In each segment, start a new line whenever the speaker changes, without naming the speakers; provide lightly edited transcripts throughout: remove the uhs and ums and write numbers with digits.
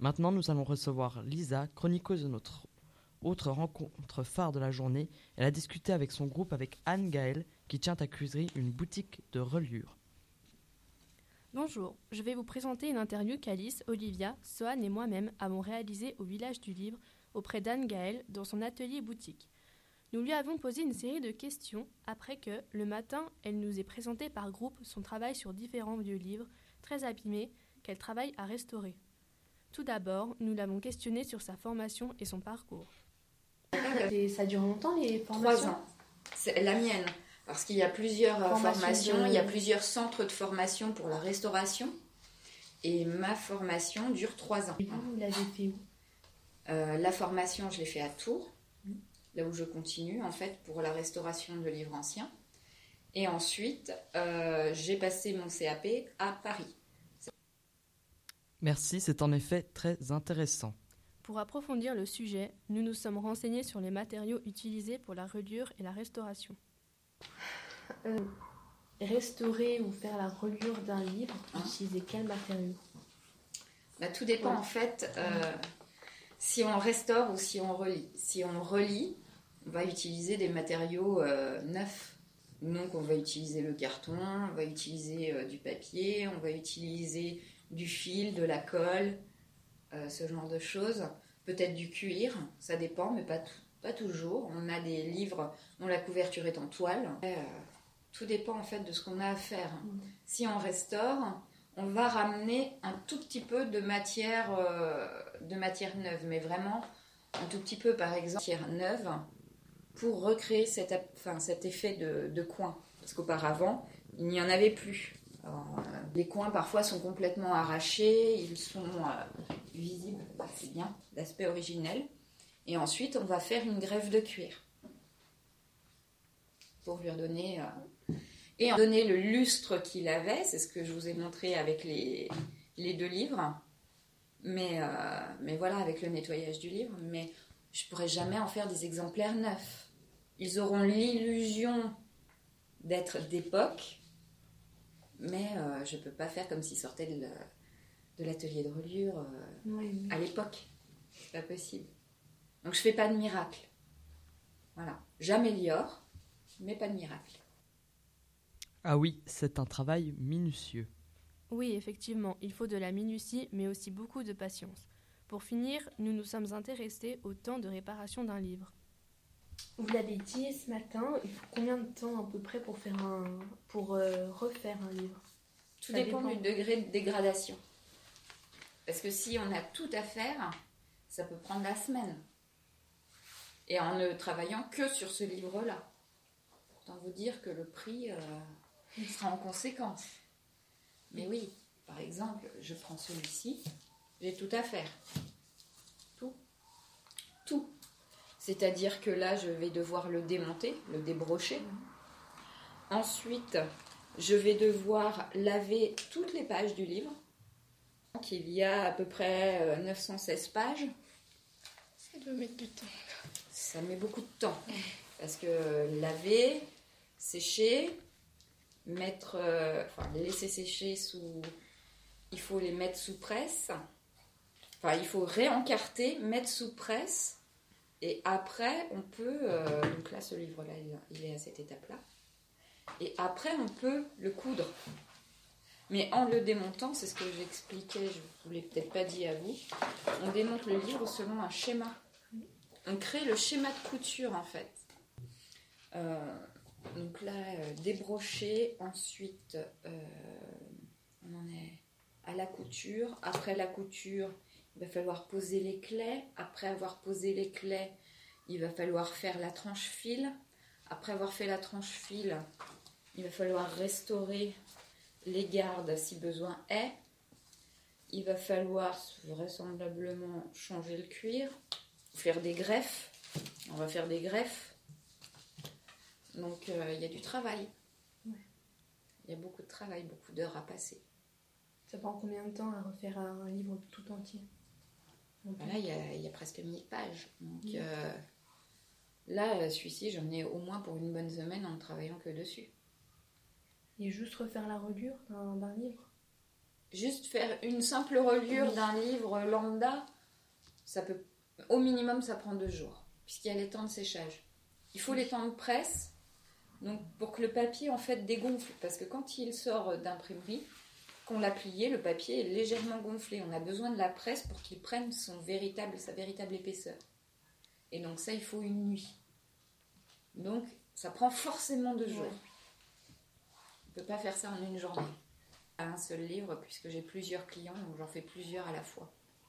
Maintenant, nous allons recevoir Lisa, chroniqueuse de notre autre rencontre phare de la journée. Elle a discuté avec son groupe avec Anne Gaëlle, qui tient à Cuisery une boutique de reliure.
Bonjour, je vais vous présenter une interview qu'Alice, Olivia, Sohan et moi-même avons réalisée au Village du Livre auprès d'Anne Gaëlle dans son atelier boutique. Nous lui avons posé une série de questions après que, le matin, elle nous ait présenté par groupe son travail sur différents vieux livres, très abîmés, qu'elle travaille à restaurer. Tout d'abord, nous l'avons questionnée sur sa formation et son parcours.
Ça dure longtemps les
3
formations?
ans. C'est la mienne. Parce qu'il y a plusieurs formations, il y a plusieurs centres de formation pour la restauration. Et ma formation dure 3 ans.
Et vous l'avez fait où?
La formation, je l'ai fait à Tours, là où je continue en fait pour la restauration de livres anciens. Et ensuite, j'ai passé mon CAP à Paris.
Merci, c'est en effet très intéressant.
Pour approfondir le sujet, nous nous sommes renseignés sur les matériaux utilisés pour la reliure et la restauration.
Restaurer ou faire la reliure d'un livre, utiliser quel matériau?
Tout dépend en fait si on restaure ou si on relit. Si on relit, on va utiliser des matériaux neufs. Donc on va utiliser le carton, on va utiliser du papier, on va utiliser du fil, de la colle, ce genre de choses. Peut-être du cuir, ça dépend, mais pas toujours. On a des livres dont la couverture est en toile. Tout dépend en fait de ce qu'on a à faire. Si on restaure, on va ramener un tout petit peu de matière neuve, mais vraiment un tout petit peu, par exemple, matière neuve pour recréer cet effet de coin. Parce qu'auparavant, il n'y en avait plus. Alors, les coins parfois sont complètement arrachés, ils sont visibles, c'est bien, d'aspect originel. Et ensuite, on va faire une greffe de cuir pour lui redonner et en donner le lustre qu'il avait. C'est ce que je vous ai montré avec les 2 livres. Mais voilà, avec le nettoyage du livre. Mais je ne pourrais jamais en faire des exemplaires neufs. Ils auront l'illusion d'être d'époque, mais je ne peux pas faire comme s'ils sortaient de l'atelier de reliure à l'époque. C'est pas possible. Donc je ne fais pas de miracle. Voilà. J'améliore, mais pas de miracle.
Ah oui, c'est un travail minutieux.
Oui, effectivement, il faut de la minutie, mais aussi beaucoup de patience. Pour finir, nous nous sommes intéressés au temps de réparation d'un livre.
Vous l'avez dit ce matin, il faut combien de temps à peu près pour refaire un livre?
Tout dépend du degré de dégradation. Parce que si on a tout à faire, ça peut prendre la semaine. Et en ne travaillant que sur ce livre-là. Autant vous dire que le prix sera en conséquence. Mais oui, par exemple, je prends celui-ci, j'ai tout à faire. Tout. C'est-à-dire que là, je vais devoir le démonter, le débrocher. Ensuite, je vais devoir laver toutes les pages du livre. Donc, il y a à peu près 916 pages.
Ça doit mettre du temps.
Ça met beaucoup de temps. Parce que laver, sécher, les laisser sécher il faut les mettre sous presse. Enfin, il faut réencarter, mettre sous presse. Et après, on peut... donc là, ce livre-là, il est à cette étape-là. Et après, on peut le coudre. Mais en le démontant, c'est ce que j'expliquais, je ne vous l'ai peut-être pas dit à vous, on démonte le livre selon un schéma. On crée le schéma de couture, en fait. Donc là, débrocher, ensuite, on en est à la couture. Après la couture, il va falloir poser les claies. Après avoir posé les claies, il va falloir faire la tranche fil. Après avoir fait la tranche fil, il va falloir restaurer les gardes si besoin est. Il va falloir vraisemblablement changer le cuir, faire des greffes. On va faire des greffes. Donc il y a du travail. Il y a beaucoup de travail, beaucoup d'heures à passer.
Ça prend combien de temps à refaire un livre tout entier?
Là, il y a presque 1000 pages. Donc là, celui-ci, j'en ai au moins pour une bonne semaine en ne travaillant que dessus.
Et juste refaire la reliure d'un livre?
Juste faire une simple reliure d'un livre lambda, au minimum, ça prend 2 jours, puisqu'il y a les temps de séchage. Il faut les temps de presse, donc pour que le papier en fait dégonfle, parce que quand il sort d'imprimerie, qu'on l'a plié, le papier est légèrement gonflé. On a besoin de la presse pour qu'il prenne sa véritable épaisseur. Et donc ça, il faut une nuit. Donc ça prend forcément 2 jours. On ne peut pas faire ça en une journée, à un seul livre, puisque j'ai plusieurs clients, donc j'en fais plusieurs à la fois.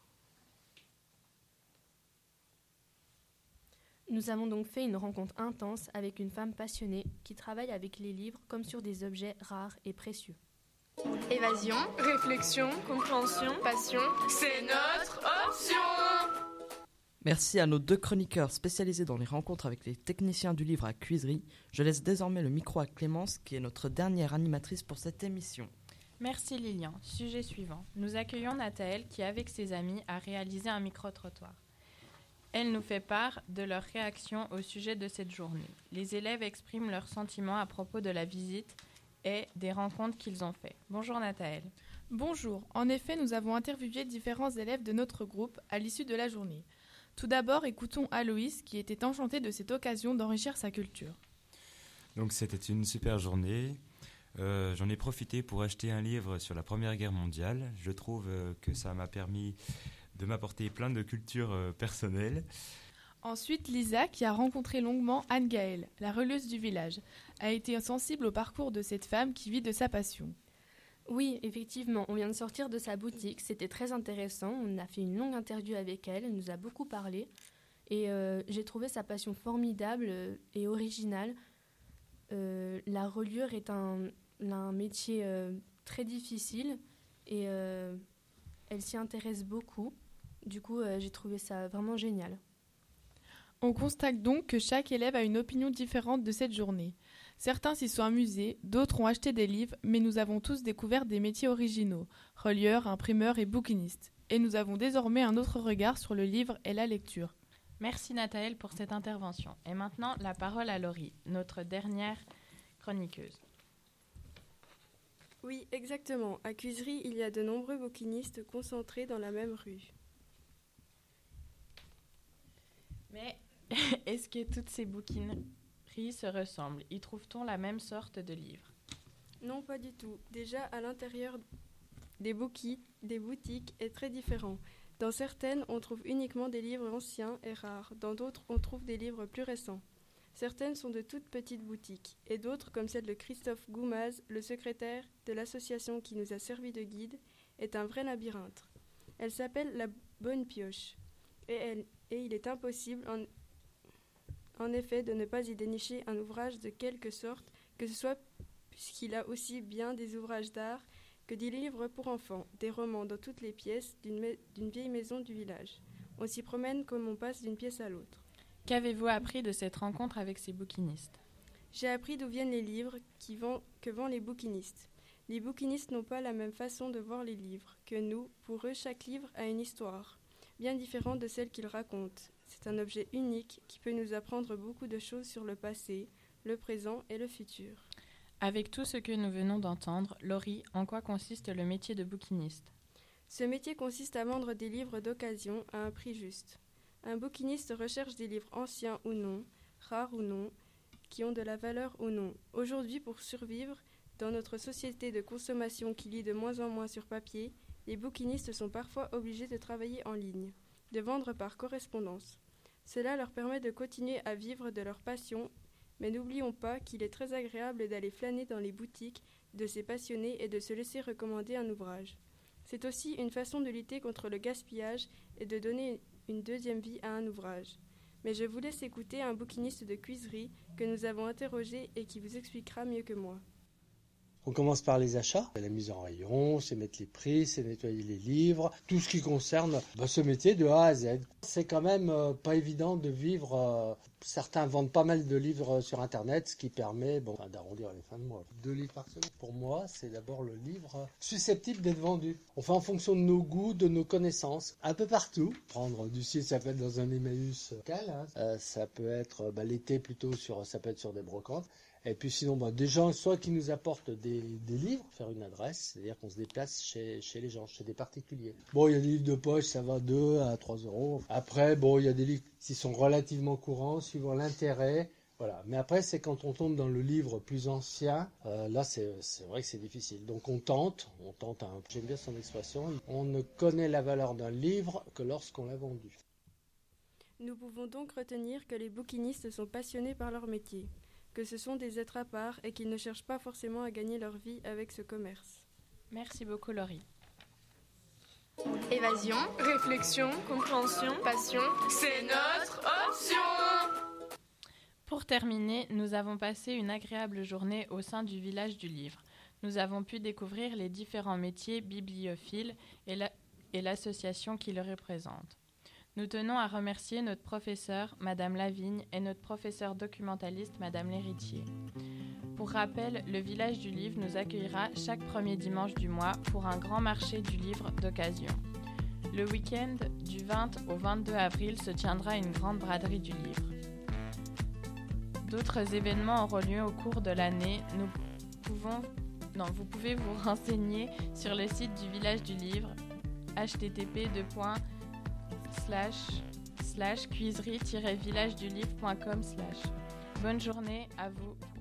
Nous avons donc fait une rencontre intense avec une femme passionnée qui travaille avec les livres comme sur des objets rares et précieux.
Évasion, réflexion, compréhension, passion, c'est notre option.
Merci à nos 2 chroniqueurs spécialisés dans les rencontres avec les techniciens du livre à Cuisery. Je laisse désormais le micro à Clémence, qui est notre dernière animatrice pour cette émission.
Merci Lilian. Sujet suivant. Nous accueillons Nathaël qui, avec ses amis, a réalisé un micro-trottoir. Elle nous fait part de leurs réactions au sujet de cette journée. Les élèves expriment leurs sentiments à propos de la visite et des rencontres qu'ils ont faites. Bonjour Nathaël.
Bonjour. En effet, nous avons interviewé différents élèves de notre groupe à l'issue de la journée. Tout d'abord, écoutons Aloïs qui était enchanté de cette occasion d'enrichir sa culture.
Donc c'était une super journée. J'en ai profité pour acheter un livre sur la Première Guerre mondiale. Je trouve que ça m'a permis de m'apporter plein de culture personnelle.
Ensuite, Lisa, qui a rencontré longuement Anne-Gaëlle, la releuse du village, a été sensible au parcours de cette femme qui vit de sa passion.
Oui, effectivement, on vient de sortir de sa boutique, c'était très intéressant, on a fait une longue interview avec elle, elle nous a beaucoup parlé, et j'ai trouvé sa passion formidable et originale. La reliure est un métier très difficile, et elle s'y intéresse beaucoup, du coup j'ai trouvé ça vraiment génial.
On constate donc que chaque élève a une opinion différente de cette journée. Certains s'y sont amusés, d'autres ont acheté des livres, mais nous avons tous découvert des métiers originaux, relieurs, imprimeurs et bouquinistes. Et nous avons désormais un autre regard sur le livre et la lecture.
Merci Nathaël pour cette intervention. Et maintenant, la parole à Laurie, notre dernière chroniqueuse.
Oui, exactement. À Cuisery, il y a de nombreux bouquinistes concentrés dans la même rue.
Mais est-ce que toutes ces bouquineries se ressemblent? Y trouve-t-on la même sorte de livres?
Non, pas du tout. Déjà, à l'intérieur des boutiques est très différent. Dans certaines, on trouve uniquement des livres anciens et rares. Dans d'autres, on trouve des livres plus récents. Certaines sont de toutes petites boutiques, et d'autres, comme celle de Christophe Goumaz, le secrétaire de l'association qui nous a servi de guide, est un vrai labyrinthe. Elle s'appelle La Bonne Pioche, et il est impossible, en effet, de ne pas y dénicher un ouvrage de quelque sorte, que ce soit puisqu'il a aussi bien des ouvrages d'art que des livres pour enfants, des romans dans toutes les pièces d'une vieille maison du village. On s'y promène comme on passe d'une pièce à l'autre.
Qu'avez-vous appris de cette rencontre avec ces bouquinistes?
J'ai appris d'où viennent les livres que vendent les bouquinistes. Les bouquinistes n'ont pas la même façon de voir les livres que nous. Pour eux, chaque livre a une histoire, bien différente de celle qu'ils racontent. C'est un objet unique qui peut nous apprendre beaucoup de choses sur le passé, le présent et le futur.
Avec tout ce que nous venons d'entendre, Laurie, en quoi consiste le métier de bouquiniste?
Ce métier consiste à vendre des livres d'occasion à un prix juste. Un bouquiniste recherche des livres anciens ou non, rares ou non, qui ont de la valeur ou non. Aujourd'hui, pour survivre, dans notre société de consommation qui lit de moins en moins sur papier, les bouquinistes sont parfois obligés de travailler en ligne, de vendre par correspondance. Cela leur permet de continuer à vivre de leur passion, mais n'oublions pas qu'il est très agréable d'aller flâner dans les boutiques de ces passionnés et de se laisser recommander un ouvrage. C'est aussi une façon de lutter contre le gaspillage et de donner une deuxième vie à un ouvrage. Mais je vous laisse écouter un bouquiniste de Cuisery que nous avons interrogé et qui vous expliquera mieux que moi.
On commence par les achats, la mise en rayon, c'est mettre les prix, c'est nettoyer les livres, tout ce qui concerne ce métier de A à Z. C'est quand même pas évident de vivre. Certains vendent pas mal de livres sur Internet, ce qui permet d'arrondir les fins de mois. 2 livres par semaine. Pour moi, c'est d'abord le livre susceptible d'être vendu. On fait en fonction de nos goûts, de nos connaissances, un peu partout. Prendre du site, ça peut être dans un Emmaüs local, ça peut être l'été plutôt ça peut être sur des brocantes. Et puis sinon, des gens soit qui nous apportent des livres, faire une adresse, c'est-à-dire qu'on se déplace chez les gens, chez des particuliers. Bon, il y a des livres de poche, ça va 2 à 3 euros. Après, il y a des livres qui sont relativement courants, suivant l'intérêt. Voilà. Mais après, c'est quand on tombe dans le livre plus ancien, là, c'est vrai que c'est difficile. Donc on tente j'aime bien son expression, on ne connaît la valeur d'un livre que lorsqu'on l'a vendu.
Nous pouvons donc retenir que les bouquinistes sont passionnés par leur métier, que ce sont des êtres à part et qu'ils ne cherchent pas forcément à gagner leur vie avec ce commerce.
Merci beaucoup Laurie.
Évasion, réflexion, compréhension, passion, c'est notre option.
Pour terminer, nous avons passé une agréable journée au sein du village du livre. Nous avons pu découvrir les différents métiers bibliophiles et l'association qui le représente. Nous tenons à remercier notre professeure, Madame Lavigne, et notre professeur documentaliste, Madame Lhéritier. Pour rappel, le village du livre nous accueillera chaque premier dimanche du mois pour un grand marché du livre d'occasion. Le week-end du 20 au 22 avril se tiendra une grande braderie du livre. D'autres événements auront lieu au cours de l'année. Vous pouvez vous renseigner sur le site du village du livre http://cuiserie-villageduLivre.com/. Bonne journée à vous.